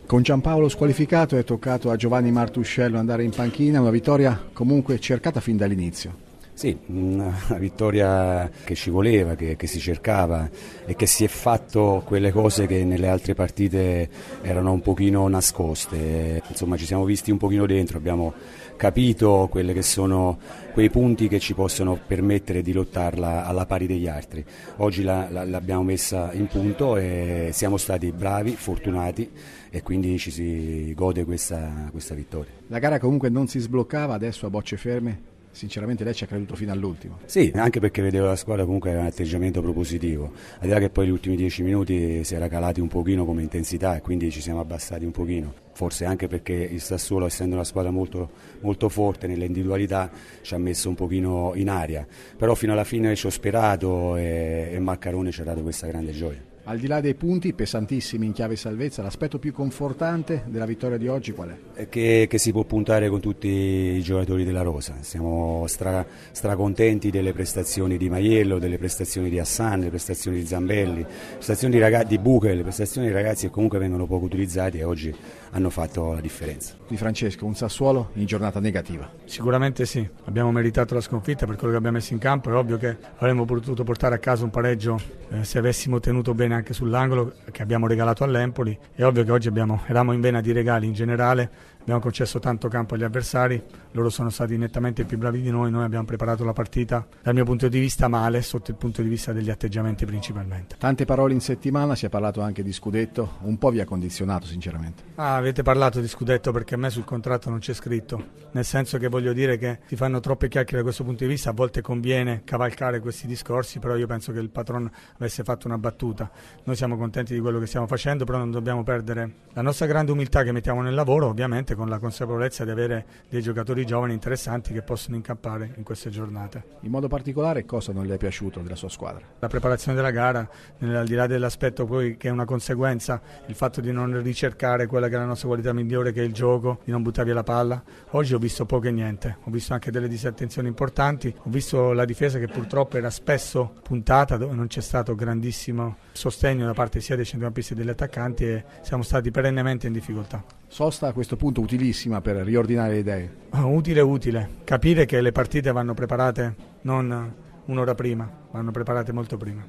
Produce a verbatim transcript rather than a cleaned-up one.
Con Giampaolo squalificato è toccato a Giovanni Martuscello andare in panchina, una vittoria comunque cercata fin dall'inizio. Sì, una vittoria che ci voleva, che, che si cercava e che si è fatto quelle cose che nelle altre partite erano un pochino nascoste. Insomma, ci siamo visti un pochino dentro, abbiamo capito quelle che sono quei punti che ci possono permettere di lottarla alla pari degli altri. Oggi la, la, l'abbiamo messa in punto e siamo stati bravi, fortunati e quindi ci si gode questa, questa vittoria. La gara comunque non si sbloccava, adesso a bocce ferme. Sinceramente lei ci ha creduto fino all'ultimo. Sì, anche perché vedevo la squadra comunque aveva un atteggiamento propositivo, al di là che poi gli ultimi dieci minuti si era calati un pochino come intensità e quindi ci siamo abbassati un pochino, forse anche perché il Sassuolo, essendo una squadra molto, molto forte nelle individualità, ci ha messo un pochino in aria, però fino alla fine ci ho sperato e, e Maccarone ci ha dato questa grande gioia. Al di là dei punti pesantissimi in chiave salvezza, l'aspetto più confortante della vittoria di oggi qual è? è che, che si può puntare con tutti i giocatori della rosa. Siamo stra, stracontenti delle prestazioni di Maiello, delle prestazioni di Hassan, delle prestazioni di Zambelli, le prestazioni di, ragazzi, di Buche, le prestazioni di ragazzi che comunque vengono poco utilizzati e oggi hanno fatto la differenza. Di Francesco, un Sassuolo in giornata negativa? Sicuramente sì, abbiamo meritato la sconfitta per quello che abbiamo messo in campo, è ovvio che avremmo potuto portare a casa un pareggio eh, se avessimo tenuto bene anche sull'angolo che abbiamo regalato all'Empoli. È ovvio che oggi abbiamo, eravamo in vena di regali in generale, abbiamo concesso tanto campo agli avversari, loro sono stati nettamente più bravi di noi, noi abbiamo preparato la partita dal mio punto di vista male, sotto il punto di vista degli atteggiamenti principalmente. Tante parole in settimana, si è parlato anche di scudetto, un po' vi ha condizionato sinceramente. Ah, avete parlato di scudetto perché a me sul contratto non c'è scritto, nel senso che voglio dire che si fanno troppe chiacchiere da questo punto di vista, a volte conviene cavalcare questi discorsi, però io penso che il patron avesse fatto una battuta. Noi siamo contenti di quello che stiamo facendo, però non dobbiamo perdere la nostra grande umiltà che mettiamo nel lavoro, ovviamente con la consapevolezza di avere dei giocatori giovani interessanti che possono incappare in queste giornate. In modo particolare cosa non le è piaciuto della sua squadra? La preparazione della gara, al di là dell'aspetto poi che è una conseguenza, il fatto di non ricercare quella che è la nostra qualità migliore, che è il gioco, di non buttare via la palla. Oggi ho visto poco e niente, ho visto anche delle disattenzioni importanti, ho visto la difesa che purtroppo era spesso puntata, dove non c'è stato grandissimo sostegno da parte sia dei centrocampisti che degli attaccanti e siamo stati perennemente in difficoltà. Sosta a questo punto utilissima per riordinare le idee? Utile, utile. Capire che le partite vanno preparate non un'ora prima, vanno preparate molto prima.